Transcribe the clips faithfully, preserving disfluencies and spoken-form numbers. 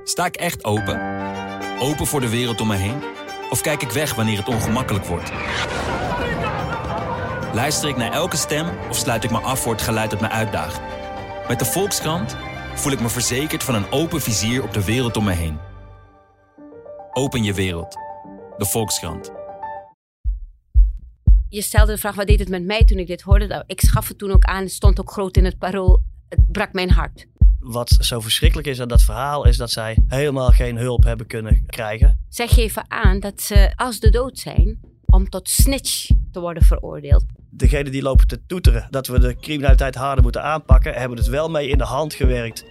Sta ik echt open? Open voor de wereld om me heen? Of kijk ik weg wanneer het ongemakkelijk wordt? Luister ik naar elke stem of sluit ik me af voor het geluid dat me uitdaagt? Met de Volkskrant voel ik me verzekerd van een open vizier op de wereld om me heen. Open je wereld. De Volkskrant. Je stelde de vraag, wat deed het met mij toen ik dit hoorde? Nou, ik schaf het toen ook aan, het stond ook groot in het Parool. Het brak mijn hart. Wat zo verschrikkelijk is aan dat verhaal is dat zij helemaal geen hulp hebben kunnen krijgen. Zij geven aan dat ze, als de dood zijn, om tot snitch te worden veroordeeld. Degenen die lopen te toeteren dat we de criminaliteit harder moeten aanpakken, hebben het wel mee in de hand gewerkt.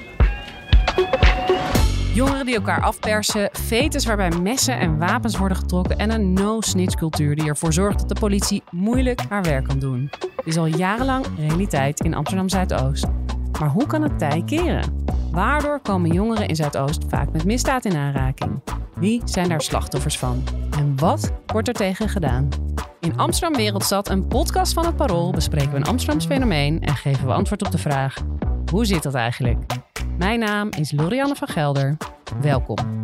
Jongeren die elkaar afpersen, fetes waarbij messen en wapens worden getrokken en een no-snitch cultuur die ervoor zorgt dat de politie moeilijk haar werk kan doen. Dit is al jarenlang realiteit in Amsterdam Zuidoost. Maar hoe kan het tij keren? Waardoor komen jongeren in Zuidoost vaak met misdaad in aanraking? Wie zijn daar slachtoffers van? En wat wordt er tegen gedaan? In Amsterdam Wereldstad, een podcast van het Parool, bespreken we een Amsterdams fenomeen en geven we antwoord op de vraag: hoe zit dat eigenlijk? Mijn naam is Lorianne van Gelder. Welkom.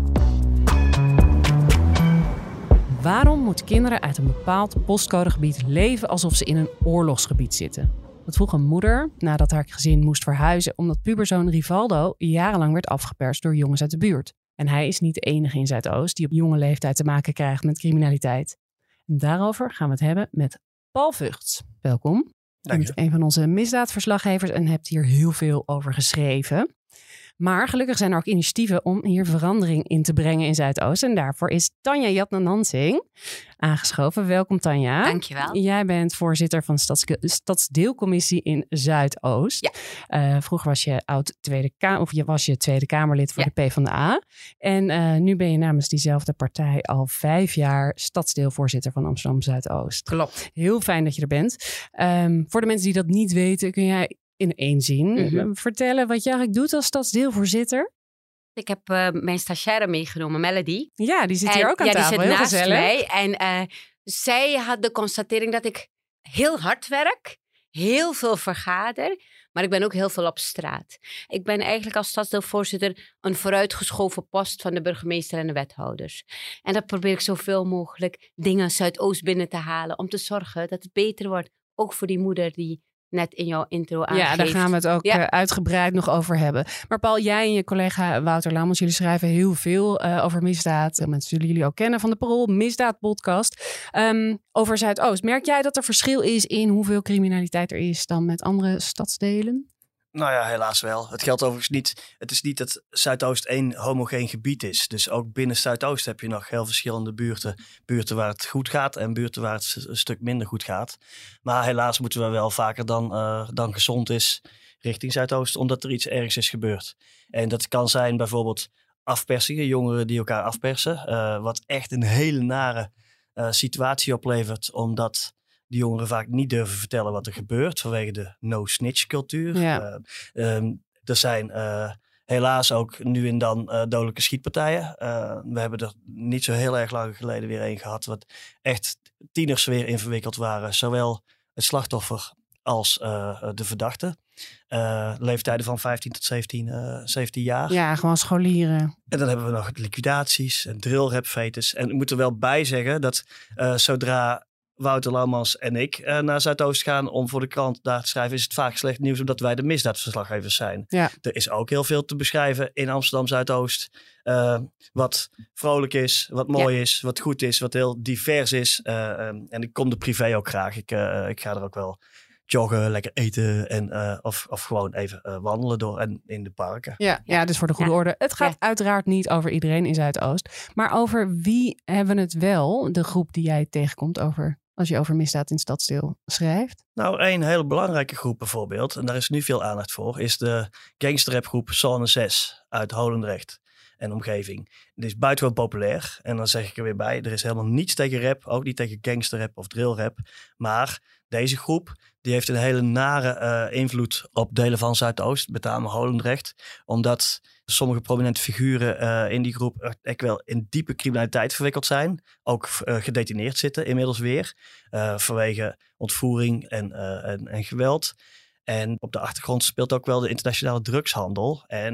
Waarom moeten kinderen uit een bepaald postcodegebied leven alsof ze in een oorlogsgebied zitten? Dat vroeg een moeder nadat haar gezin moest verhuizen omdat puberzoon Rivaldo jarenlang werd afgeperst door jongens uit de buurt. En hij is niet de enige in Zuidoost die op jonge leeftijd te maken krijgt met criminaliteit. En daarover gaan we het hebben met Paul Vugts. Welkom. Je bent een van onze misdaadverslaggevers en hebt hier heel veel over geschreven. Maar gelukkig zijn er ook initiatieven om hier verandering in te brengen in Zuidoost. En daarvoor is Tanja Jatnanansing aangeschoven. Welkom Tanja. Dankjewel. Jij bent voorzitter van de Stads- Stadsdeelcommissie in Zuidoost. Ja. Uh, vroeger was je oud Tweede Kamer, of je was je Tweede Kamerlid voor ja. de PvdA. En uh, nu ben je namens diezelfde partij al vijf jaar stadsdeelvoorzitter van Amsterdam Zuidoost. Klopt. Heel fijn dat je er bent. Um, voor de mensen die dat niet weten, kun jij in één zin mm-hmm. vertellen wat je eigenlijk doet als stadsdeelvoorzitter? Ik heb uh, mijn stagiaire meegenomen, Melody. Ja, die zit en, hier ook aan ja, tafel. Die zit heel naast gezellig. mij. En uh, zij had de constatering dat ik heel hard werk, heel veel vergader, maar ik ben ook heel veel op straat. Ik ben eigenlijk als stadsdeelvoorzitter een vooruitgeschoven post van de burgemeester en de wethouders. En dat probeer ik zoveel mogelijk dingen Zuidoost binnen te halen om te zorgen dat het beter wordt. Ook voor die moeder die net in jouw intro aangeeft. Ja, daar gaan we het ook ja. uh, uitgebreid nog over hebben. Maar Paul, jij en je collega Wouter Lammers, jullie schrijven heel veel uh, over misdaad. Uh, mensen zullen jullie ook kennen van de Parool Misdaadpodcast. Um, over Zuidoost. Merk jij dat er verschil is in hoeveel criminaliteit er is dan met andere stadsdelen? Nou ja, helaas wel. Het geldt overigens niet. Het is niet dat Zuidoost één homogeen gebied is. Dus ook binnen Zuidoost heb je nog heel verschillende buurten. Buurten waar het goed gaat en buurten waar het een stuk minder goed gaat. Maar helaas moeten we wel vaker dan, uh, dan gezond is richting Zuidoost, omdat er iets ergs is gebeurd. En dat kan zijn bijvoorbeeld afpersingen, jongeren die elkaar afpersen. Uh, wat echt een hele nare uh, situatie oplevert, omdat die jongeren vaak niet durven vertellen wat er gebeurt vanwege de no-snitch cultuur. Ja. Uh, um, er zijn uh, helaas ook nu en dan uh, dodelijke schietpartijen. Uh, we hebben er niet zo heel erg lang geleden weer een gehad wat echt tieners weer in verwikkeld waren. Zowel het slachtoffer als uh, de verdachte. Uh, leeftijden van vijftien tot zeventien, uh, zeventien jaar. Ja, gewoon scholieren. En dan hebben we nog liquidaties en drillrapfetes. En ik moet er wel bij zeggen dat uh, zodra Wouter Lammers en ik uh, naar Zuidoost gaan om voor de krant daar te schrijven, is het vaak slecht nieuws omdat wij de misdaadverslaggevers zijn. Ja. Er is ook heel veel te beschrijven in Amsterdam Zuidoost. Uh, wat vrolijk is, wat mooi ja. is, wat goed is, wat heel divers is. Uh, um, en ik kom er privé ook graag. Ik, uh, ik ga er ook wel joggen, lekker eten en uh, of, of gewoon even uh, wandelen door en in de parken. Ja, ja, dus voor de goede ja. orde. Het gaat ja. uiteraard niet over iedereen in Zuidoost. Maar over wie hebben we het wel, de groep die jij tegenkomt over als je over misdaad in stadsdeel schrijft? Nou, een hele belangrijke groep bijvoorbeeld, en daar is nu veel aandacht voor, is de gangsterrapgroep Zone zes uit Holendrecht en omgeving. Het is buitengewoon populair. En dan zeg ik er weer bij, er is helemaal niets tegen rap, ook niet tegen gangsterrap of drillrap. Maar deze groep, die heeft een hele nare uh, invloed op delen van Zuidoost, met name Holendrecht. Omdat sommige prominente figuren uh, in die groep echt wel in diepe criminaliteit verwikkeld zijn. Ook uh, gedetineerd zitten inmiddels weer. Uh, vanwege ontvoering en, uh, en, en geweld. En op de achtergrond speelt ook wel de internationale drugshandel. En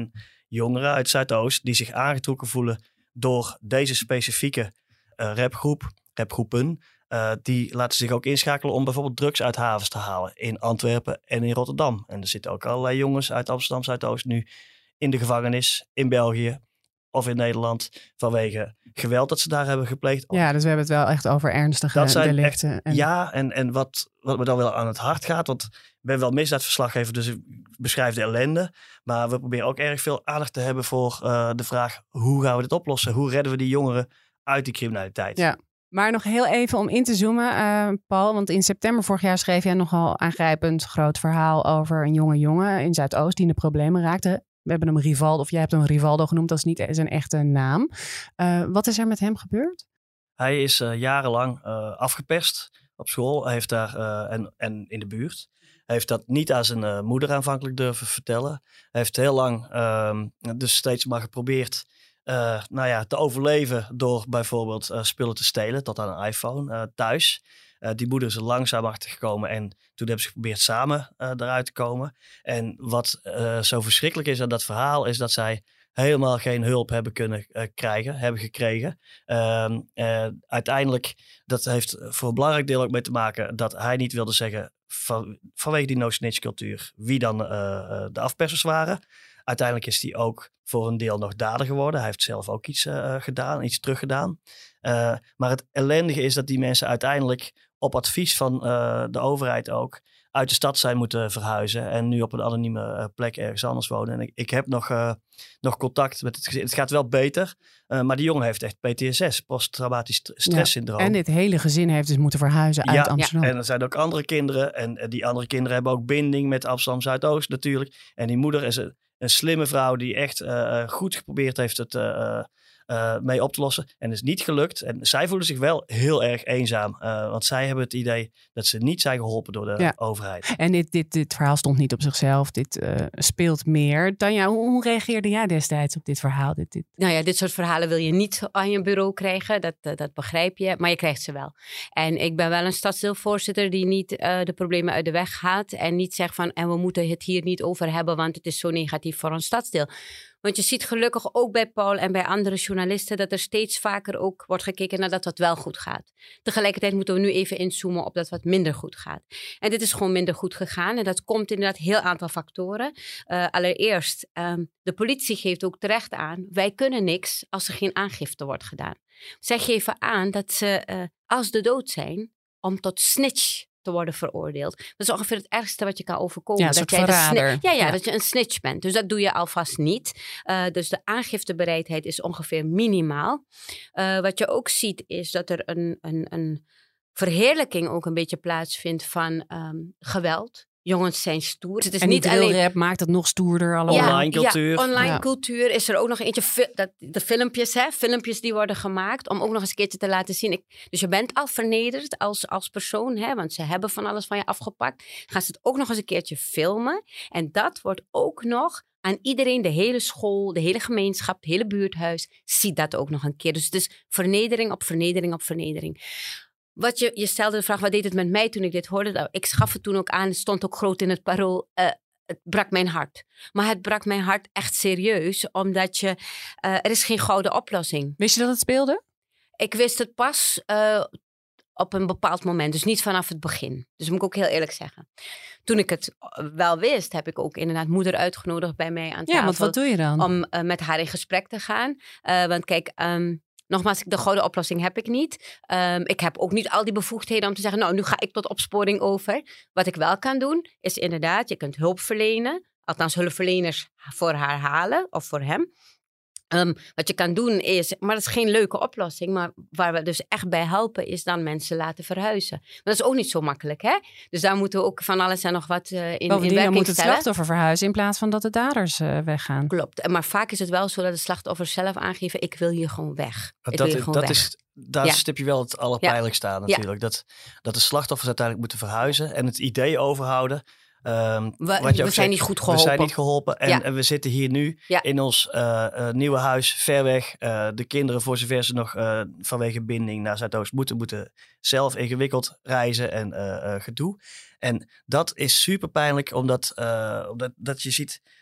jongeren uit Zuidoost die zich aangetrokken voelen door deze specifieke uh, rapgroep, rapgroepen. Uh, die laten zich ook inschakelen om bijvoorbeeld drugs uit havens te halen in Antwerpen en in Rotterdam. En er zitten ook allerlei jongens uit Amsterdam Zuidoost nu in de gevangenis in België of in Nederland vanwege geweld dat ze daar hebben gepleegd. Ja, dus we hebben het wel echt over ernstige dat zijn delicten. Echt, en... Ja, en, en wat, wat me dan wel aan het hart gaat, want ik ben wel misdaadverslaggever, dus ik beschrijf de ellende. Maar we proberen ook erg veel aandacht te hebben voor uh, de vraag, hoe gaan we dit oplossen? Hoe redden we die jongeren uit die criminaliteit? Ja. Maar nog heel even om in te zoomen, uh, Paul. Want in september vorig jaar schreef jij nogal aangrijpend groot verhaal over een jonge jongen in Zuidoost die in de problemen raakte. We hebben hem Rivaldo, of jij hebt hem Rivaldo genoemd, dat is niet zijn echte naam. Uh, wat is er met hem gebeurd? Hij is uh, jarenlang uh, afgeperst op school. Hij heeft daar, uh, en, en in de buurt. Hij heeft dat niet aan zijn uh, moeder aanvankelijk durven vertellen. Hij heeft heel lang uh, dus steeds maar geprobeerd uh, nou ja, te overleven door bijvoorbeeld uh, spullen te stelen, tot aan een iPhone uh, thuis. Uh, die moeder is er langzaam achter gekomen en toen hebben ze geprobeerd samen uh, eruit te komen. En wat uh, zo verschrikkelijk is aan dat verhaal is dat zij helemaal geen hulp hebben kunnen uh, krijgen, hebben gekregen. Uh, uh, uiteindelijk, dat heeft voor een belangrijk deel ook mee te maken dat hij niet wilde zeggen van, vanwege die no-snitch cultuur wie dan uh, uh, de afpersers waren. Uiteindelijk is hij ook voor een deel nog dader geworden. Hij heeft zelf ook iets uh, gedaan, iets teruggedaan. Uh, maar het ellendige is dat die mensen uiteindelijk op advies van uh, de overheid ook uit de stad zijn moeten verhuizen en nu op een anonieme uh, plek ergens anders wonen. En ik, ik heb nog, uh, nog contact met het gezin. Het gaat wel beter, uh, maar die jongen heeft echt P T S S, posttraumatisch stresssyndroom. Ja, en dit hele gezin heeft dus moeten verhuizen uit ja, Amsterdam. Ja, en er zijn ook andere kinderen en uh, die andere kinderen hebben ook binding met Amsterdam Zuidoost natuurlijk. En die moeder is een, een slimme vrouw die echt uh, goed geprobeerd heeft het uh, uh, mee op te lossen. En het is niet gelukt. En zij voelen zich wel heel erg eenzaam. Uh, want zij hebben het idee dat ze niet zijn geholpen door de ja. overheid. En dit, dit, dit verhaal stond niet op zichzelf. Dit uh, speelt meer. Tanja, hoe, hoe reageerde jij destijds op dit verhaal? Dit, dit... Nou ja, dit soort verhalen wil je niet aan je bureau krijgen. Dat, dat, dat begrijp je. Maar je krijgt ze wel. En ik ben wel een stadsdeelvoorzitter die niet uh, de problemen uit de weg gaat. En niet zegt van, en we moeten het hier niet over hebben, want het is zo negatief voor ons stadsdeel. Want je ziet gelukkig ook bij Paul en bij andere journalisten dat er steeds vaker ook wordt gekeken naar dat wat wel goed gaat. Tegelijkertijd moeten we nu even inzoomen op dat wat minder goed gaat. En dit is gewoon minder goed gegaan. En dat komt inderdaad een heel aantal factoren. Uh, allereerst, um, de politie geeft ook terecht aan, wij kunnen niks als er geen aangifte wordt gedaan. Zij geven aan dat ze, uh, als de dood zijn, om tot snitch te worden veroordeeld. Dat is ongeveer het ergste wat je kan overkomen. Ja, een dat soort verrader. Sni- ja, ja, ja, dat je een snitch bent. Dus dat doe je alvast niet. Uh, dus de aangiftebereidheid is ongeveer minimaal. Uh, wat je ook ziet is dat er een, een, een verheerlijking ook een beetje plaatsvindt van um, geweld. Jongens zijn stoer. Het is en niet alleen rap maakt het nog stoerder. Allemaal. Ja, online cultuur. Ja, online ja. cultuur is er ook nog eentje. Fi- dat, de filmpjes, hè, filmpjes die worden gemaakt om ook nog eens een keertje te laten zien. Ik, dus je bent al vernederd als, als persoon, hè, want ze hebben van alles van je afgepakt. Gaan ze het ook nog eens een keertje filmen. En dat wordt ook nog aan iedereen, de hele school, de hele gemeenschap, het hele buurthuis, ziet dat ook nog een keer. Dus het is vernedering op vernedering op vernedering. Wat je, je stelde de vraag, wat deed het met mij toen ik dit hoorde? Nou, ik gaf het toen ook aan, het stond ook groot in het parool. Uh, het brak mijn hart. Maar het brak mijn hart echt serieus, omdat je, uh, er is geen gouden oplossing. Wist je dat het speelde? Ik wist het pas uh, op een bepaald moment, dus niet vanaf het begin. Dus dat moet ik ook heel eerlijk zeggen. Toen ik het wel wist, heb ik ook inderdaad moeder uitgenodigd bij mij aan tafel. Ja, want wat doe je dan? Om uh, met haar in gesprek te gaan. Uh, want kijk... Um, Nogmaals, de gouden oplossing heb ik niet. Um, ik heb ook niet al die bevoegdheden om te zeggen, nou, nu ga ik tot opsporing over. Wat ik wel kan doen, is inderdaad, je kunt hulp verlenen. Althans, hulpverleners voor haar halen of voor hem. Um, wat je kan doen is, maar dat is geen leuke oplossing, maar waar we dus echt bij helpen is dan mensen laten verhuizen. Maar dat is ook niet zo makkelijk, hè? Dus daar moeten we ook van alles en nog wat uh, in, in werking dan moet het stellen. slachtoffer verhuizen in plaats van dat de daders uh, weggaan. Klopt, maar vaak is het wel zo dat de slachtoffers zelf aangeven, ik wil hier gewoon weg. Maar ik dat wil hier gewoon dat weg. Is, daar ja. stip je wel het allerpijnlijkste aan natuurlijk. Ja. Dat, dat de slachtoffers uiteindelijk moeten verhuizen en het idee overhouden. Um, we wat je we ook zijn zegt, niet goed geholpen. We zijn niet geholpen en, ja. en we zitten hier nu ja. in ons uh, uh, nieuwe huis, ver weg. Uh, de kinderen, voor zover ze nog uh, vanwege binding naar Zuidoost moeten, moeten zelf ingewikkeld reizen en uh, uh, gedoe. En dat is super pijnlijk, omdat, uh, omdat dat je ziet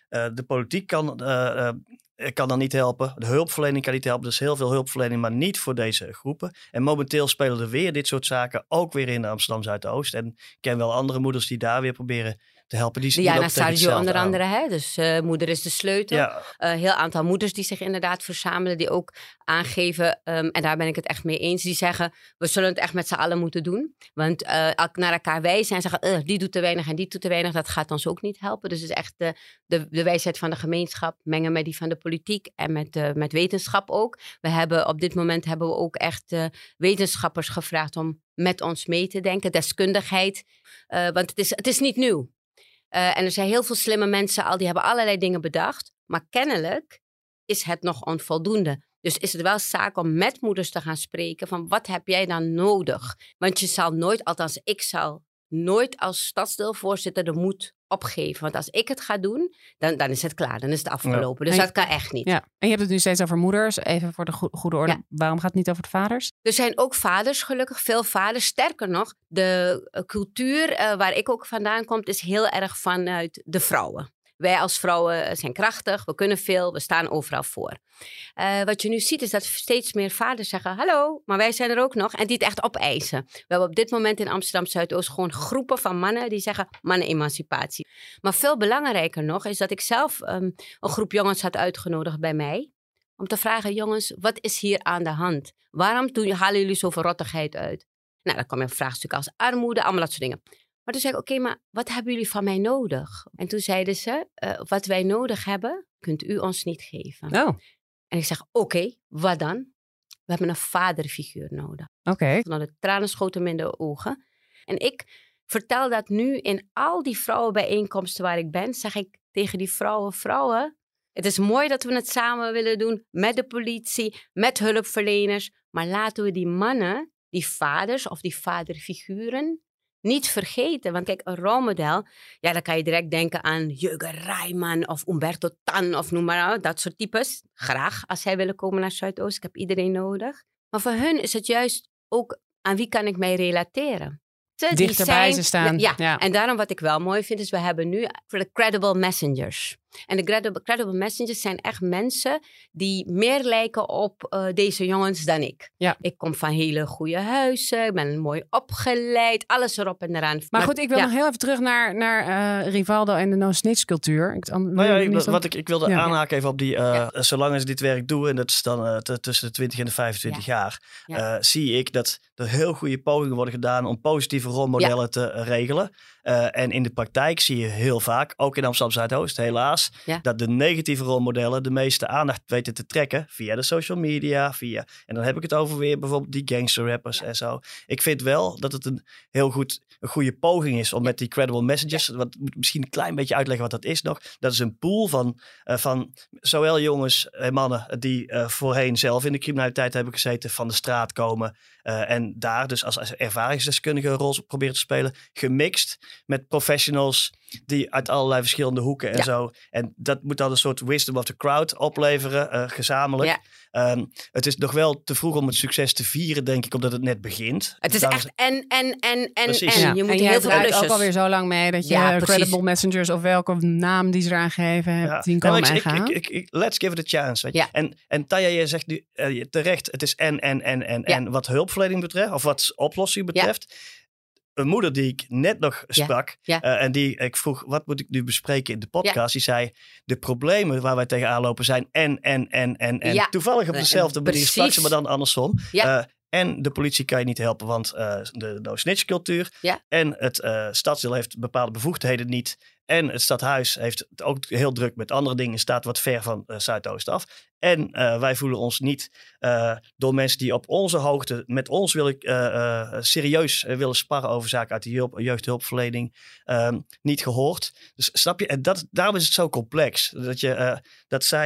Uh, de politiek kan, uh, uh, kan dan niet helpen. De hulpverlening kan niet helpen. Dus heel veel hulpverlening, maar niet voor deze groepen. En momenteel spelen er weer dit soort zaken ook weer in Amsterdam Zuidoost. En ik ken wel andere moeders die daar weer proberen te helpen. Die, Diana Sargio onder andere, hè? Dus uh, moeder is de sleutel. Een ja. uh, heel aantal moeders die zich inderdaad verzamelen, die ook aangeven, um, en daar ben ik het echt mee eens, die zeggen, we zullen het echt met z'n allen moeten doen. Want uh, naar elkaar wijzen en zeggen, uh, die doet te weinig en die doet te weinig, dat gaat ons ook niet helpen. Dus het is echt de, de, de wijsheid van de gemeenschap mengen met die van de politiek en met, uh, met wetenschap ook. We hebben op dit moment hebben we ook echt uh, wetenschappers gevraagd om met ons mee te denken, deskundigheid. Uh, want het is, het is niet nieuw. Uh, en er zijn heel veel slimme mensen al, die hebben allerlei dingen bedacht. Maar kennelijk is het nog onvoldoende. Dus is het wel zaak om met moeders te gaan spreken van wat heb jij dan nodig? Want je zal nooit, althans ik zal nooit als stadsdeelvoorzitter de moed opgeven. Want als ik het ga doen, dan, dan is het klaar. Dan is het afgelopen. Ja. Dus dat kan echt niet. Ja. En je hebt het nu steeds over moeders. Even voor de go- goede orde. Ja. Waarom gaat het niet over de vaders? Er zijn ook vaders gelukkig. Veel vaders. Sterker nog, de uh, cultuur uh, waar ik ook vandaan kom, is heel erg vanuit de vrouwen. Wij als vrouwen zijn krachtig, we kunnen veel, we staan overal voor. Uh, wat je nu ziet is dat steeds meer vaders zeggen, hallo, maar wij zijn er ook nog. En die het echt opeisen. We hebben op dit moment in Amsterdam Zuidoost gewoon groepen van mannen die zeggen mannenemancipatie. Maar veel belangrijker nog is dat ik zelf um, een groep jongens had uitgenodigd bij mij. Om te vragen, jongens, wat is hier aan de hand? Waarom doen, halen jullie zoveel rottigheid uit? Nou, dan kwam een vraagstuk als armoede, allemaal dat soort dingen. Maar toen zei ik, oké, okay, maar wat hebben jullie van mij nodig? En toen zeiden ze, uh, wat wij nodig hebben, kunt u ons niet geven. Oh. En ik zeg, oké, okay, wat dan? We hebben een vaderfiguur nodig. Oké. Okay. Nou, de tranen schoten me in de ogen. En ik vertel dat nu in al die vrouwenbijeenkomsten waar ik ben, zeg ik tegen die vrouwen, vrouwen, het is mooi dat we het samen willen doen met de politie, met hulpverleners, maar laten we die mannen, die vaders of die vaderfiguren, niet vergeten, want kijk, een rolmodel, ja, dan kan je direct denken aan Jürgen Rijman of Umberto Tan of noem maar op, dat soort types. Graag, als zij willen komen naar Zuidoost, ik heb iedereen nodig. Maar voor hun is het juist ook, aan wie kan ik mij relateren? Ze, dichterbij ze staan. Ja, ja, en daarom wat ik wel mooi vind, is we hebben nu de credible messengers. En de credible, credible messengers zijn echt mensen die meer lijken op uh, deze jongens dan ik. Ja. Ik kom van hele goede huizen, ik ben mooi opgeleid, alles erop en eraan. Maar, maar goed, ik wil ja. nog heel even terug naar, naar uh, Rivaldo en de no-snitch cultuur. Ik, nou ja, ik, wat ik, ik wilde ja. aanhaken even op die, uh, ja. zolang ze dit werk doen, en dat is dan uh, t- tussen de twintig en de vijfentwintig ja. jaar, ja. Uh, zie ik dat er heel goede pogingen worden gedaan om positieve rolmodellen ja. te uh, regelen. Uh, en in de praktijk zie je heel vaak, ook in Amsterdam Zuidoost helaas, ja. dat de negatieve rolmodellen de meeste aandacht weten te trekken via de social media, via, en dan heb ik het over weer bijvoorbeeld die gangsterrappers ja. en zo. Ik vind wel dat het een heel goed, een goede poging is om ja. met die credible messages, ja. wat moet misschien een klein beetje uitleggen wat dat is nog. Dat is een pool van, uh, van zowel jongens en mannen die uh, voorheen zelf in de criminaliteit hebben gezeten, van de straat komen uh, en daar dus als, als ervaringsdeskundige een rol proberen te spelen, gemixt met professionals die uit allerlei verschillende hoeken en ja. zo. En dat moet dan een soort wisdom of the crowd opleveren, uh, gezamenlijk. Ja. Um, het is nog wel te vroeg om het succes te vieren, denk ik, omdat het net begint. Het is Daarom... echt en, en, en, en, Precies. en. Ja. Je moet en heel veel lusjes. ook alweer zo lang mee dat je ja, credible messengers of welke naam die ze eraan gegeven hebt, ja. zien komen ja, en ik, gaan. Ik, ik, ik, let's give it a chance. Weet je? Ja. En, en Taya, je zegt nu uh, terecht, het is en, en, en, en, ja. en wat hulpverlening betreft, of wat oplossing betreft. Ja. Een moeder die ik net nog sprak ja, ja. Uh, en die ik vroeg, wat moet ik nu bespreken in de podcast? Ja. Die zei, de problemen waar wij tegenaan lopen zijn en, en, en, en, en. Ja. Toevallig op dezelfde manier sprak ze, maar dan andersom. Ja. Uh, en de politie kan je niet helpen, want uh, de no-snitch cultuur. Ja. En het uh, stadsdeel heeft bepaalde bevoegdheden niet. En het stadhuis heeft het ook heel druk met andere dingen. Staat wat ver van uh, Zuidoost af. En uh, wij voelen ons niet uh, door mensen die op onze hoogte met ons willen, uh, uh, serieus uh, willen sparren over zaken uit de hulp, jeugdhulpverlening. Um, niet gehoord. Dus snap je? En dat, daarom is het zo complex. Dat, je, uh, dat zij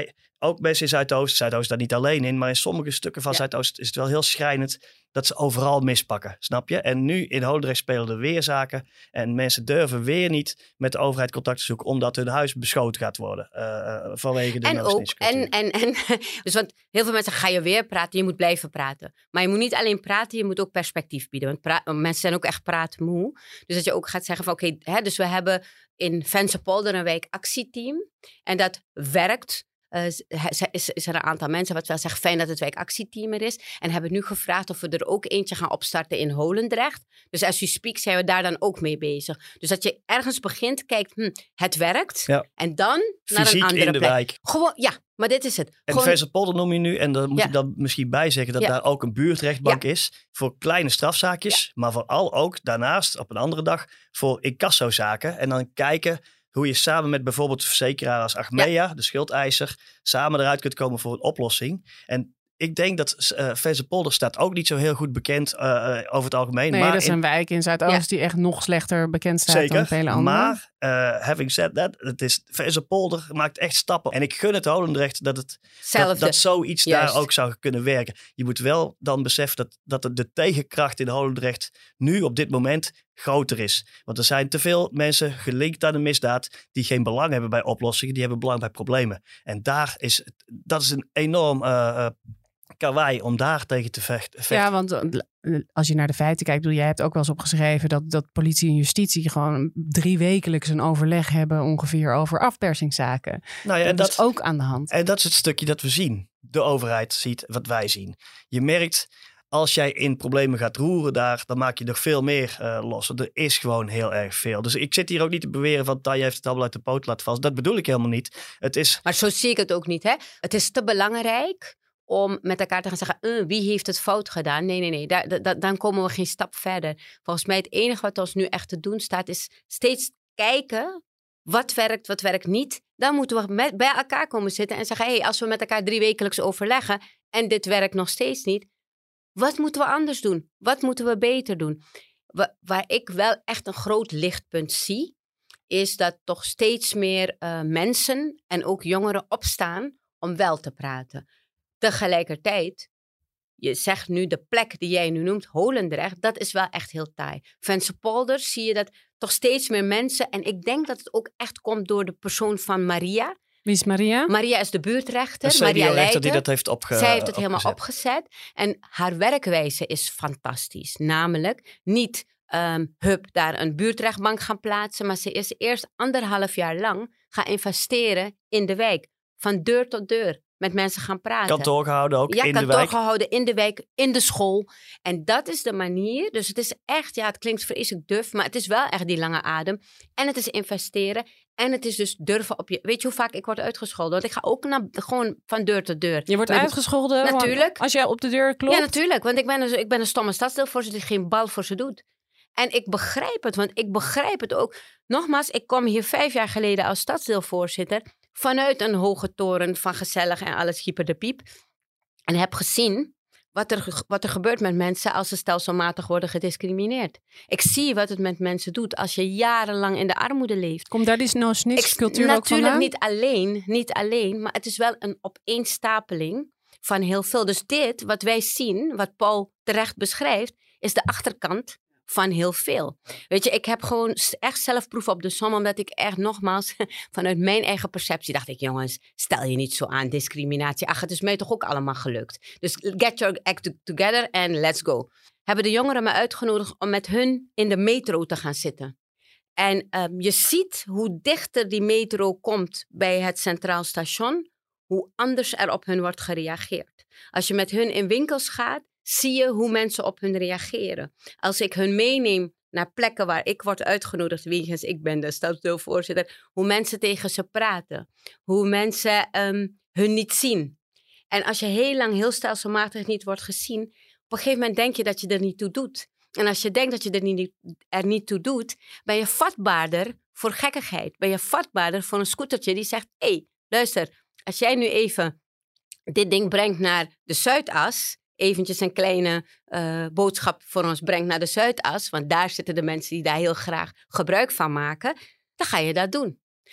ook mensen in Zuidoost. Zuidoost daar niet alleen in, maar in sommige stukken van Ja. Zuidoost is het wel heel schrijnend dat ze overal mispakken, snap je? En nu in Holendrecht spelen er weer zaken en mensen durven weer niet met de overheid contact te zoeken omdat hun huis beschoten gaat worden uh, vanwege de En ook, en, en, en, dus want heel veel mensen zeggen, ga je weer praten, je moet blijven praten. Maar je moet niet alleen praten, je moet ook perspectief bieden. Want, pra- want mensen zijn ook echt praatmoe. Dus dat je ook gaat zeggen van, oké, okay, dus we hebben in Vensterpolder een wijk actieteam en dat werkt. Uh, is, is er een aantal mensen wat wel zeggen, fijn dat het wijkactieteam er is. En hebben nu gevraagd of we er ook eentje gaan opstarten in Holendrecht. Dus as you speak zijn we daar dan ook mee bezig. Dus dat je ergens begint, kijkt, hm, het werkt. Ja. En dan fysiek naar een andere in de plek. wijk. Gewoon, ja, maar dit is het. En Gewoon... Vensterpolder noem je nu, en daar moet ja. ik dan misschien bij zeggen, dat ja. daar ook een buurtrechtbank ja. is. Voor kleine strafzaakjes, ja. maar vooral ook daarnaast op een andere dag voor incassozaken. En dan kijken hoe je samen met bijvoorbeeld de verzekeraar als Achmea, ja. de schuldeiser, samen eruit kunt komen voor een oplossing. En ik denk dat uh, Vensterpolder staat ook niet zo heel goed bekend uh, uh, over het algemeen. Nee, maar dat is in... een wijk in Zuidoost ja. die echt nog slechter bekend staat Zeker, dan vele andere. Maar uh, having said that, het is Vensterpolder maakt echt stappen. En ik gun het Holendrecht dat, het, dat, dat zoiets Juist. daar ook zou kunnen werken. Je moet wel dan beseffen dat, dat de tegenkracht in Holendrecht nu op dit moment groter is. Want er zijn te veel mensen gelinkt aan de misdaad die geen belang hebben bij oplossingen, die hebben belang bij problemen. En daar is, dat is een enorm uh, uh, karwei om daar tegen te vechten. Ja, want als je naar de feiten kijkt, bedoel, jij hebt ook wel eens opgeschreven dat, dat politie en justitie gewoon drie wekelijks een overleg hebben ongeveer over afpersingszaken. Nou ja, dat, dat is ook aan de hand. En dat is het stukje dat we zien. De overheid ziet wat wij zien. Je merkt, als jij in problemen gaat roeren daar, dan maak je nog veel meer uh, los. Er is gewoon heel erg veel. Dus ik zit hier ook niet te beweren van Tanja heeft het allemaal uit de poot laten vallen. Dat bedoel ik helemaal niet. Het is... Maar zo zie ik het ook niet. Hè? Het is te belangrijk om met elkaar te gaan zeggen, uh, wie heeft het fout gedaan? Nee, nee, nee. Daar, da, dan komen we geen stap verder. Volgens mij het enige wat ons nu echt te doen staat, is steeds kijken wat werkt, wat werkt niet. Dan moeten we met, bij elkaar komen zitten en zeggen, hey, als we met elkaar drie wekelijks overleggen en dit werkt nog steeds niet, wat moeten we anders doen? Wat moeten we beter doen? Wa- waar ik wel echt een groot lichtpunt zie, is dat toch steeds meer uh, mensen en ook jongeren opstaan om wel te praten. Tegelijkertijd, je zegt nu de plek die jij nu noemt, Holendrecht, dat is wel echt heel taai. Vensterpolder zie je dat toch steeds meer mensen, en ik denk dat het ook echt komt door de persoon van Maria. Wie is Maria? Maria is de buurtrechter. Een Maria Leijten die dat heeft opge- Zij heeft het opgezet. helemaal opgezet. En haar werkwijze is fantastisch. Namelijk niet um, hup daar een buurtrechtbank gaan plaatsen, maar ze is eerst anderhalf jaar lang gaan investeren in de wijk. Van deur tot deur. Met mensen gaan praten. Kantoor gehouden ook ja, in de wijk. Ja, kantoor gehouden in de wijk, in de school. En dat is de manier. Dus het is echt, ja, het klinkt vreselijk duf, maar het is wel echt die lange adem. En het is investeren. En het is dus durven op je... Weet je hoe vaak ik word uitgescholden? Want ik ga ook naar, gewoon van deur tot deur. Je wordt Met, uitgescholden? Natuurlijk. Als jij op de deur klopt? Ja, natuurlijk. Want ik ben een, ik ben een stomme stadsdeelvoorzitter die geen bal voor ze doet. En ik begrijp het, want ik begrijp het ook. Nogmaals, ik kom hier vijf jaar geleden als stadsdeelvoorzitter vanuit een hoge toren van gezellig en alles hyper de piep. En heb gezien wat er, wat er gebeurt met mensen als ze stelselmatig worden gediscrimineerd. Ik zie wat het met mensen doet als je jarenlang in de armoede leeft. Komt daar die no-snitch-cultuur ook vandaan? Natuurlijk niet alleen, niet alleen, maar het is wel een opeenstapeling van heel veel. Dus dit, wat wij zien, wat Paul terecht beschrijft, is de achterkant van heel veel. Weet je, ik heb gewoon echt zelf proef op de som, omdat ik echt nogmaals vanuit mijn eigen perceptie dacht ik, jongens, stel je niet zo aan discriminatie. Ach, het is mij toch ook allemaal gelukt. Dus get your act together and let's go. Hebben de jongeren me uitgenodigd om met hun in de metro te gaan zitten. En um, je ziet hoe dichter die metro komt bij het Centraal Station, hoe anders er op hun wordt gereageerd. Als je met hun in winkels gaat, zie je hoe mensen op hun reageren. Als ik hun meeneem naar plekken waar ik word uitgenodigd, wegens ik ben de stadsdeelvoorzitter, hoe mensen tegen ze praten. Hoe mensen um, hun niet zien. En als je heel lang heel stelselmatig niet wordt gezien, op een gegeven moment denk je dat je er niet toe doet. En als je denkt dat je er niet, er niet toe doet, ben je vatbaarder voor gekkigheid. Ben je vatbaarder voor een scootertje die zegt, hé, hey, luister, als jij nu even dit ding brengt naar de Zuidas, eventjes een kleine uh, boodschap voor ons brengt naar de Zuidas, want daar zitten de mensen die daar heel graag gebruik van maken, dan ga je dat doen.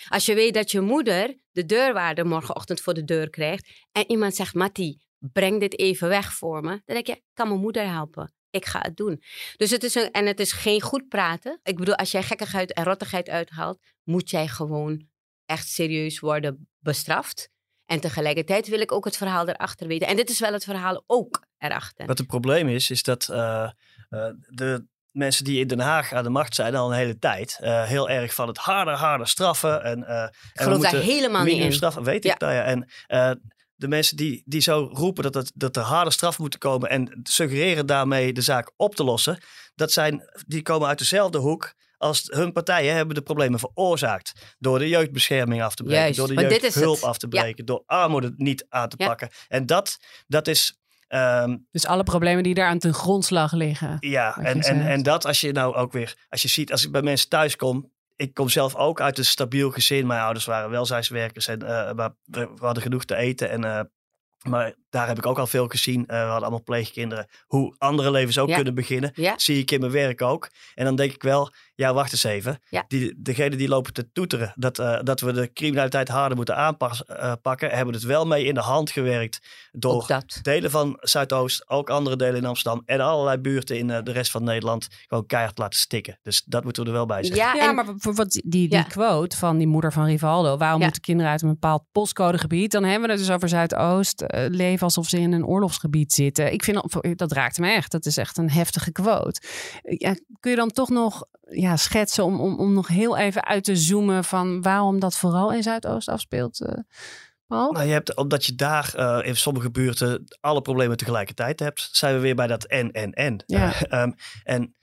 Als je weet dat je moeder de deurwaarder morgenochtend voor de deur krijgt en iemand zegt, Mattie, breng dit even weg voor me. Dan denk je, ik kan mijn moeder helpen. Ik ga het doen. Dus het is een, en het is geen goed praten. Ik bedoel, als jij gekkigheid en rottigheid uithaalt, moet jij gewoon echt serieus worden bestraft. En tegelijkertijd wil ik ook het verhaal erachter weten. En dit is wel het verhaal ook erachter. Wat het probleem is, is dat uh, uh, de mensen die in Den Haag aan de macht zijn al een hele tijd, uh, heel erg van het harder, harder straffen. En, uh, ik geloof daar helemaal niet in. Straffen, weet ja. ik nou ja. En uh, de mensen die, die zo roepen dat, het, dat er harde straffen moeten komen en suggereren daarmee de zaak op te lossen, dat zijn, die komen uit dezelfde hoek als hun partijen hebben de problemen veroorzaakt. Door de jeugdbescherming af te breken, Juist, door de jeugdhulp af te breken, ja. door armoede niet aan te ja. pakken. En dat, dat is... Um, dus alle problemen die daar aan ten grondslag liggen. Ja, en, en, en dat als je nou ook weer, als je ziet, als ik bij mensen thuis kom, ik kom zelf ook uit een stabiel gezin. Mijn ouders waren welzijnswerkers en uh, maar we, we hadden genoeg te eten. En, uh, maar daar heb ik ook al veel gezien. Uh, we hadden allemaal pleegkinderen. Hoe andere levens ook ja. kunnen beginnen. Ja. Zie ik in mijn werk ook. En dan denk ik wel, ja, wacht eens even. Ja. Die, degenen die lopen te toeteren dat, uh, dat we de criminaliteit harder moeten aanpakken, uh, hebben het wel mee in de hand gewerkt door delen van Zuidoost, ook andere delen in Amsterdam en allerlei buurten in uh, de rest van Nederland gewoon keihard laten stikken. Dus dat moeten we er wel bij zeggen. Ja, ja en... maar bijvoorbeeld die, die ja. quote van die moeder van Rivaldo, waarom ja. moeten kinderen uit een bepaald postcodegebied, dan hebben we het dus over Zuidoost, uh, leven alsof ze in een oorlogsgebied zitten. Ik vind, dat raakt me echt. Dat is echt een heftige quote. Ja, kun je dan toch nog ja, schetsen om, om, om nog heel even uit te zoomen van waarom dat vooral in Zuidoost afspeelt, uh, Paul? Nou, je hebt, omdat je daar uh, in sommige buurten alle problemen tegelijkertijd hebt, zijn we weer bij dat en, en, en. Ja. Uh, um, en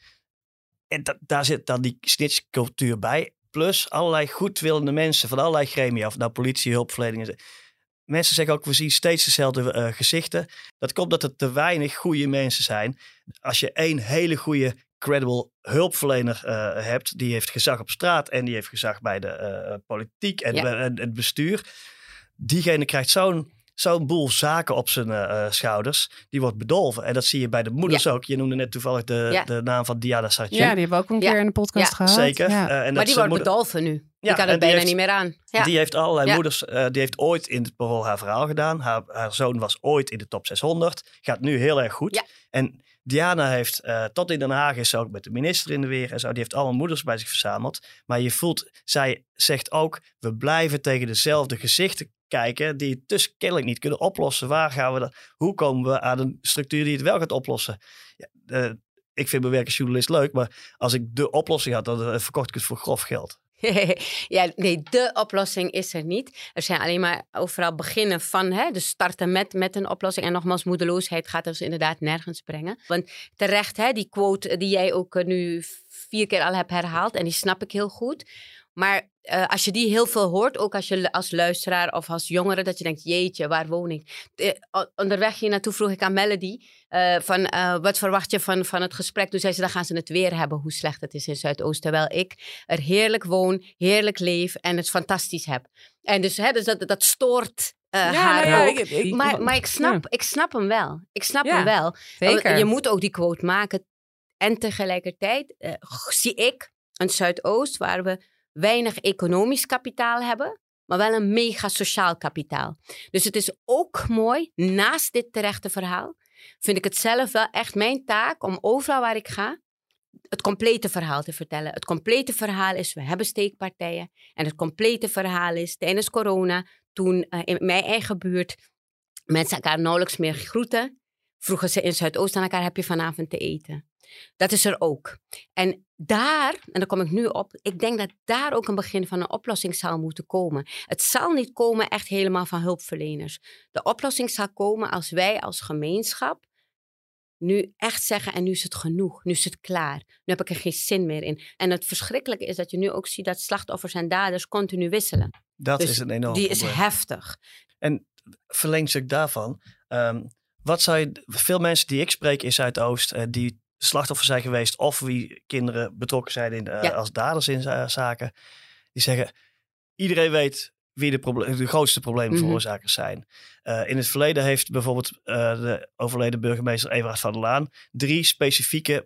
en da- daar zit dan die snitchcultuur bij. Plus allerlei goedwillende mensen van allerlei gremia, of nou politie, hulpverlening. Mensen zeggen ook, we zien steeds dezelfde uh, gezichten. Dat komt dat er te weinig goede mensen zijn. Als je één hele goede, credible hulpverlener uh, hebt, die heeft gezag op straat en die heeft gezag bij de uh, politiek en, ja. uh, en het bestuur. Diegene krijgt zo'n, zo'n boel zaken op zijn uh, schouders. Die wordt bedolven. En dat zie je bij de moeders ja. ook. Je noemde net toevallig de, ja. de naam van Diana Sartje. Ja, die hebben we ook een keer ja. in de podcast ja. gehad. Zeker. Ja. Uh, en maar die wordt moeder... bedolven nu. Die ja, kan er bijna heeft, niet meer aan. Ja. Die heeft allerlei ja. moeders. Uh, die heeft ooit in het Parool haar verhaal gedaan. Haar, haar zoon was ooit in de top zeshonderd. Gaat nu heel erg goed. Ja. En Diana heeft, uh, tot in Den Haag is ze ook met de minister in de weer en zo. Die heeft allemaal moeders bij zich verzameld. Maar je voelt, zij zegt ook, we blijven tegen dezelfde gezichten kijken die het dus kennelijk niet kunnen oplossen. Waar gaan we dan? Hoe komen we aan een structuur die het wel gaat oplossen? Ja, uh, ik vind mijn werk als journalist leuk, maar als ik de oplossing had, dan uh, verkocht ik het voor grof geld. Ja, nee, de oplossing is er niet. Er zijn alleen maar overal beginnen van, hè, dus starten met, met een oplossing. En nogmaals, moedeloosheid gaat dus inderdaad nergens brengen. Want terecht, hè, die quote die jij ook uh, nu vier keer al hebt herhaald, en die snap ik heel goed. Maar uh, als je die heel veel hoort, ook als je als luisteraar of als jongere, dat je denkt, jeetje, waar woon ik? De, onderweg hier naartoe vroeg ik aan Melody, uh, van uh, wat verwacht je van, van het gesprek? Toen zei ze, dan gaan ze het weer hebben, hoe slecht het is in Zuidoost. Terwijl ik er heerlijk woon, heerlijk leef en het fantastisch heb. En dus, hè, dus dat, dat stoort uh, ja, haar nou ja, ook. Ik, ik, maar, maar ik, snap, ja. ik snap hem wel. Ik snap ja, hem wel. Zeker. Je moet ook die quote maken. En tegelijkertijd uh, zie ik een Zuidoost waar we weinig economisch kapitaal hebben, maar wel een mega sociaal kapitaal. Dus het is ook mooi, naast dit terechte verhaal, vind ik het zelf wel echt mijn taak om overal waar ik ga, het complete verhaal te vertellen. Het complete verhaal is, we hebben steekpartijen. En het complete verhaal is, tijdens corona, toen uh, in mijn eigen buurt mensen elkaar nauwelijks meer groeten, vroegen ze in Zuidoost aan elkaar, heb je vanavond te eten? Dat is er ook. En daar, en daar kom ik nu op, ik denk dat daar ook een begin van een oplossing zal moeten komen. Het zal niet komen echt helemaal van hulpverleners. De oplossing zal komen als wij als gemeenschap nu echt zeggen, en nu is het genoeg, nu is het klaar. Nu heb ik er geen zin meer in. En het verschrikkelijke is dat je nu ook ziet dat slachtoffers en daders continu wisselen. Dat dus is een enorm die probleem. is heftig. En verlengstuk daarvan, um, wat zou je, veel mensen die ik spreek in Zuidoost, uh, die slachtoffer zijn geweest of wie kinderen betrokken zijn in, uh, ja. als daders in uh, zaken, die zeggen, iedereen weet wie de, proble- de grootste probleemveroorzakers mm-hmm. zijn. Uh, in het verleden heeft bijvoorbeeld uh, de overleden burgemeester Everard van der Laan drie specifieke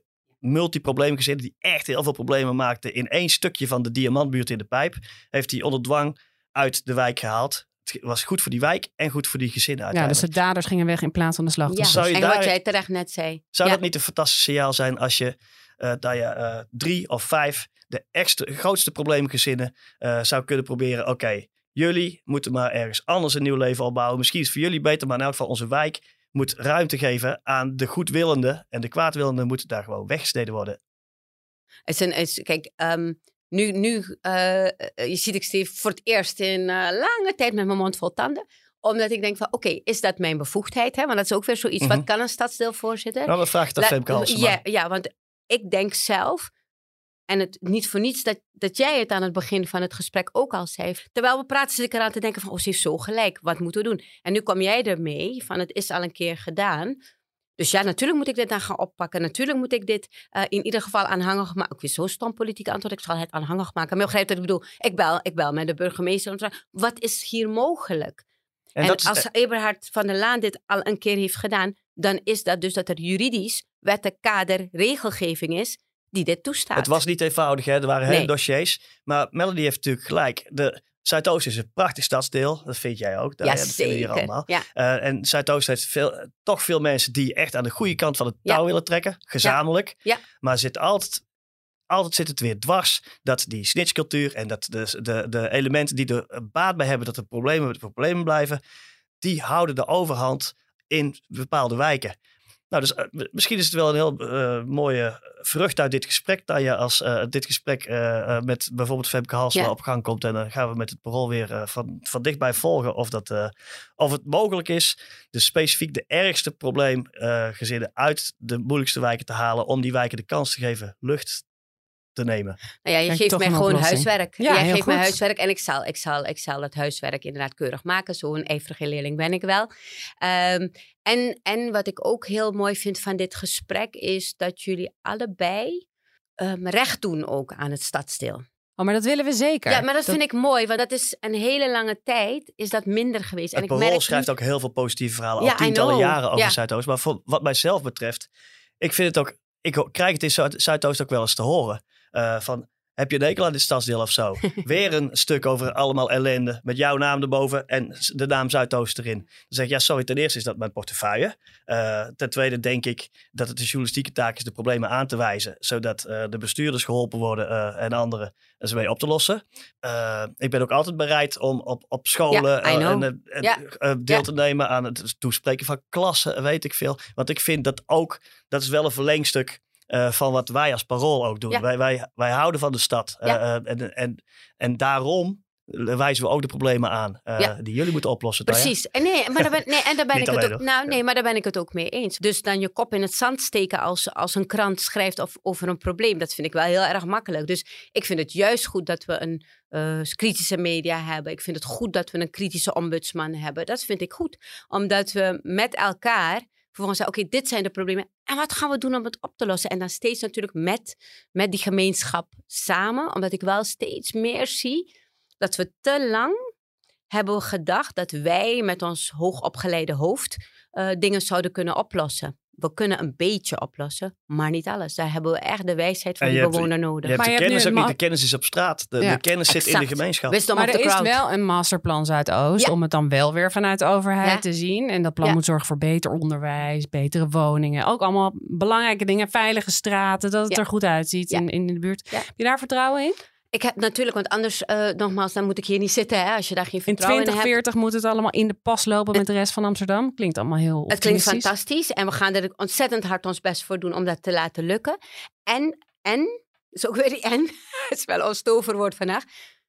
multiprobleemgezinnen die echt heel veel problemen maakten. In één stukje van de Diamantbuurt in de Pijp heeft hij onder dwang uit de wijk gehaald. Het was goed voor die wijk en goed voor die gezinnen Ja, dus uiteindelijk. de daders gingen weg in plaats van de Ja, slachtoffers. Zou je en daar- wat jij terecht net zei. Zou ja. dat niet een fantastisch signaal zijn als je, uh, dat je uh, drie of vijf de extra, grootste probleemgezinnen uh, zou kunnen proberen. Oké, okay, jullie moeten maar ergens anders een nieuw leven opbouwen. Misschien is het voor jullie beter, maar in elk geval onze wijk moet ruimte geven aan de goedwillenden. En de kwaadwillenden moeten daar gewoon weggesneden worden. Het is een, het is, kijk, um, nu, nu uh, je ziet ik Steve voor het eerst in uh, lange tijd met mijn mond vol tanden. Omdat ik denk van, oké, okay, is dat mijn bevoegdheid? Hè? Want dat is ook weer zoiets. Mm-hmm. Wat kan een stadsdeelvoorzitter? Nou, dan vraag ik dat Femke Halsema. Ja, ja, want ik denk zelf, en het niet voor niets dat, dat jij het aan het begin van het gesprek ook al zei. Terwijl we praten, zit ik eraan te denken van, oh, ze heeft zo gelijk. Wat moeten we doen? En nu kwam jij ermee van, het is al een keer gedaan. Dus ja, natuurlijk moet ik dit dan gaan oppakken. Natuurlijk moet ik dit uh, in ieder geval aanhangig maken. Ik vind zo'n stom politiek antwoord. Ik zal het aanhangig maken. Maar je begrijpt wat ik bedoel. Ik bel, ik bel met de burgemeester. Om te vragen, wat is hier mogelijk? En, en dat als is... Eberhard van der Laan dit al een keer heeft gedaan, dan is dat dus dat er juridisch, wetten, kader, regelgeving is die dit toestaat. Het was niet eenvoudig, hè? Er waren hele nee. dossiers. Maar Melody heeft natuurlijk gelijk. De Zuidoost is een prachtig stadsdeel. Dat vind jij ook. Daar, ja, dat vinden we hier allemaal. Ja. Uh, en Zuidoost heeft veel, toch veel mensen die echt aan de goede kant van het touw ja. willen trekken. Gezamenlijk. Ja. Ja. Maar zit altijd, altijd zit het weer dwars dat die snitchcultuur en dat de, de, de elementen die er baat bij hebben dat er problemen, problemen blijven, die houden de overhand in bepaalde wijken. Nou, dus uh, misschien is het wel een heel uh, mooie vrucht uit dit gesprek, Tanja, als uh, dit gesprek uh, uh, met bijvoorbeeld Femke Halsema ja. op gang komt. En dan gaan we met het parool weer uh, van, van dichtbij volgen of, dat, uh, of het mogelijk is. Dus specifiek de ergste probleemgezinnen uh, uit de moeilijkste wijken te halen, om die wijken de kans te geven lucht te nemen. Nou ja, je Kijk, geeft mij gewoon oplossing. huiswerk. Ja, Jij geeft goed. mij huiswerk en ik zal, ik, zal, ik zal het huiswerk inderdaad keurig maken. Zo'n ijverige leerling ben ik wel. Um, en, en wat ik ook heel mooi vind van dit gesprek is dat jullie allebei um, recht doen ook aan het stadsdeel. Oh, maar dat willen we zeker. Ja, maar dat, dat vind ik mooi, want dat is een hele lange tijd is dat minder geweest. Het en parool ik merk schrijft niet... ook heel veel positieve verhalen, ja, al tientallen jaren over ja. Zuidoost. Maar voor, wat mijzelf betreft, ik vind het ook, ik krijg het in Zuid- Zuidoost ook wel eens te horen. Uh, van, heb je een hekel aan dit stadsdeel of zo? Weer een stuk over allemaal ellende. Met jouw naam erboven en de naam Zuidoost erin. Dan zeg ik, ja sorry, ten eerste is dat mijn portefeuille. Uh, ten tweede denk ik dat het de journalistieke taak is de problemen aan te wijzen. Zodat uh, de bestuurders geholpen worden uh, en anderen er ze mee op te lossen. Uh, ik ben ook altijd bereid om op, op scholen ja, uh, en, uh, ja. uh, deel ja. te nemen aan het toespreken van klassen, weet ik veel. Want ik vind dat ook, dat is wel een verlengstuk Uh, van wat wij als parool ook doen. Ja. Wij, wij, wij houden van de stad. Ja. Uh, en, en, en daarom wijzen we ook de problemen aan uh, ja. die jullie moeten oplossen. Precies. En nee, maar daar ben, nee, en daar ben ik het ook, nou, nee, maar daar ben ik het ook mee eens. Dus dan je kop in het zand steken als, als een krant schrijft of, over een probleem. Dat vind ik wel heel erg makkelijk. Dus ik vind het juist goed dat we een uh, kritische media hebben. Ik vind het goed dat we een kritische ombudsman hebben. Dat vind ik goed. Omdat we met elkaar vervolgens zeggen, oké, okay, dit zijn de problemen. En wat gaan we doen om het op te lossen? En dan steeds natuurlijk met, met die gemeenschap samen. Omdat ik wel steeds meer zie dat we te lang hebben gedacht dat wij met ons hoogopgeleide hoofd uh, dingen zouden kunnen oplossen. We kunnen een beetje oplossen, maar niet alles. Daar hebben we echt de wijsheid van de bewoner nodig. Je hebt maar de je kennis hebt ook niet. De kennis is op straat. De, ja. de kennis zit exact. in de gemeenschap. Wisdom maar er is crowd. wel een masterplan Zuidoost. Ja. Om het dan wel weer vanuit de overheid ja. te zien. En dat plan ja. moet zorgen voor beter onderwijs, betere woningen. Ook allemaal belangrijke dingen. Veilige straten, dat het ja. er goed uitziet ja. in, in de buurt. Ja. Heb je daar vertrouwen in? Ik heb natuurlijk, want anders, uh, nogmaals, dan moet ik hier niet zitten. Hè, als je daar geen vertrouwen in hebt. In twintig veertig moet het allemaal in de pas lopen met de rest van Amsterdam. Klinkt allemaal heel Het klinkt fantastisch. En we gaan er ontzettend hard ons best voor doen om dat te laten lukken. En, en, is ook weer die en. Het is wel ons toverwoord vandaag.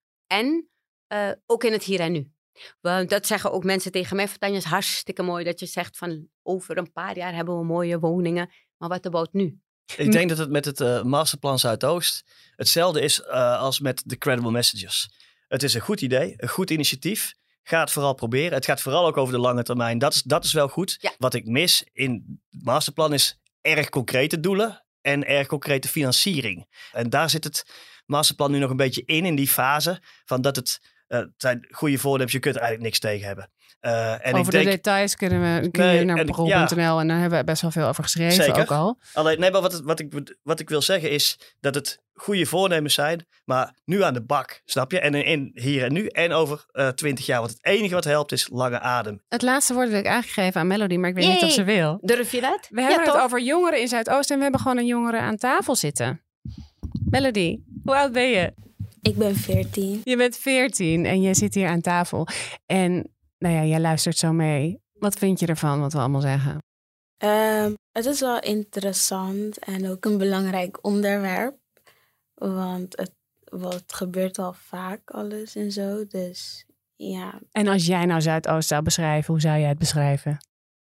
En, uh, ook in het hier en nu. Want dat zeggen ook mensen tegen mij. Tanja, is hartstikke mooi dat je zegt van over een paar jaar hebben we mooie woningen. Maar wat about nu? Ik denk dat het met het uh, Masterplan Zuidoost hetzelfde is uh, als met de Credible Messages. Het is een goed idee, een goed initiatief. Ga het vooral proberen. Het gaat vooral ook over de lange termijn. Dat is, dat is wel goed. Ja. Wat ik mis in het Masterplan is erg concrete doelen en erg concrete financiering. En daar zit het Masterplan nu nog een beetje in, in die fase van dat het Uh, het zijn goede voornemens, je kunt er eigenlijk niks tegen hebben. Uh, en over ik de denk, details kunnen we kun nee, je naar parool punt n l ja. en daar hebben we best wel veel over geschreven Zeker. ook al. Alleen, nee, maar wat, het, wat, ik, wat ik wil zeggen is dat het goede voornemens zijn, maar nu aan de bak, snap je? En in, in hier en nu en over twintig uh, jaar. Want het enige wat helpt is lange adem. Het laatste woord wil ik eigenlijk geven aan Melody, maar ik weet Yay. niet of ze wil. Durf je dat? We hebben ja, het toch? over jongeren in Zuidoost en we hebben gewoon een jongere aan tafel zitten. Melody, hoe oud ben je? Ik ben veertien. Je bent veertien en je zit hier aan tafel. En nou ja, jij luistert zo mee. Wat vind je ervan, wat we allemaal zeggen? Um, het is wel interessant en ook een belangrijk onderwerp. Want het, wat gebeurt al vaak alles en zo. Dus ja. En als jij nou Zuidoost zou beschrijven, hoe zou jij het beschrijven?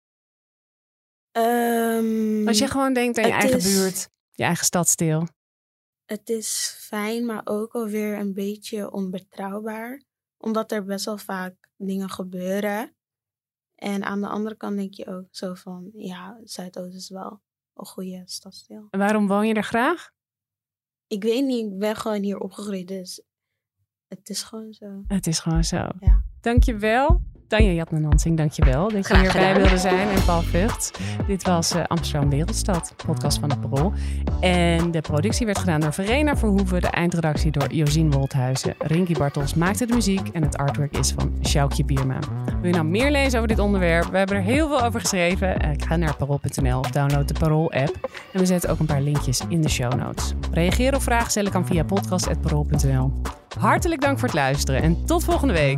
Um, als je gewoon denkt aan je eigen is, buurt, je eigen stadsdeel. Het is fijn, maar ook alweer een beetje onbetrouwbaar. Omdat er best wel vaak dingen gebeuren. En aan de andere kant denk je ook zo van, ja, Zuidoost is wel een goede stadsdeel. En waarom woon je er graag? Ik weet niet, ik ben gewoon hier opgegroeid, dus het is gewoon zo. Het is gewoon zo. Ja. Dankjewel. Tanja Jatne-Nansing, dankjewel dat je hierbij gedaan. wilde zijn. En Paul Vught. Dit was uh, Amsterdam Wereldstad, podcast van het Parool. En de productie werd gedaan door Verena Verhoeven. De eindredactie door Josien Wolthuizen. Rinky Bartels maakte de muziek. En het artwork is van Sjoukje Bierma. Wil je nou meer lezen over dit onderwerp? We hebben er heel veel over geschreven. Uh, ga naar parool punt n l of download de Parool-app. En we zetten ook een paar linkjes in de show notes. Reageren of vragen stellen kan via podcast punt parool punt n l. Hartelijk dank voor het luisteren en tot volgende week.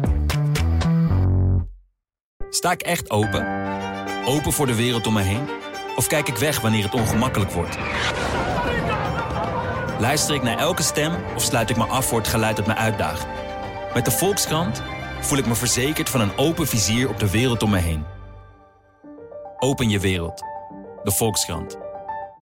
Sta ik echt open? Open voor de wereld om me heen? Of kijk ik weg wanneer het ongemakkelijk wordt? Luister ik naar elke stem of sluit ik me af voor het geluid dat me uitdaagt? Met de Volkskrant voel ik me verzekerd van een open vizier op de wereld om me heen. Open je wereld. De Volkskrant.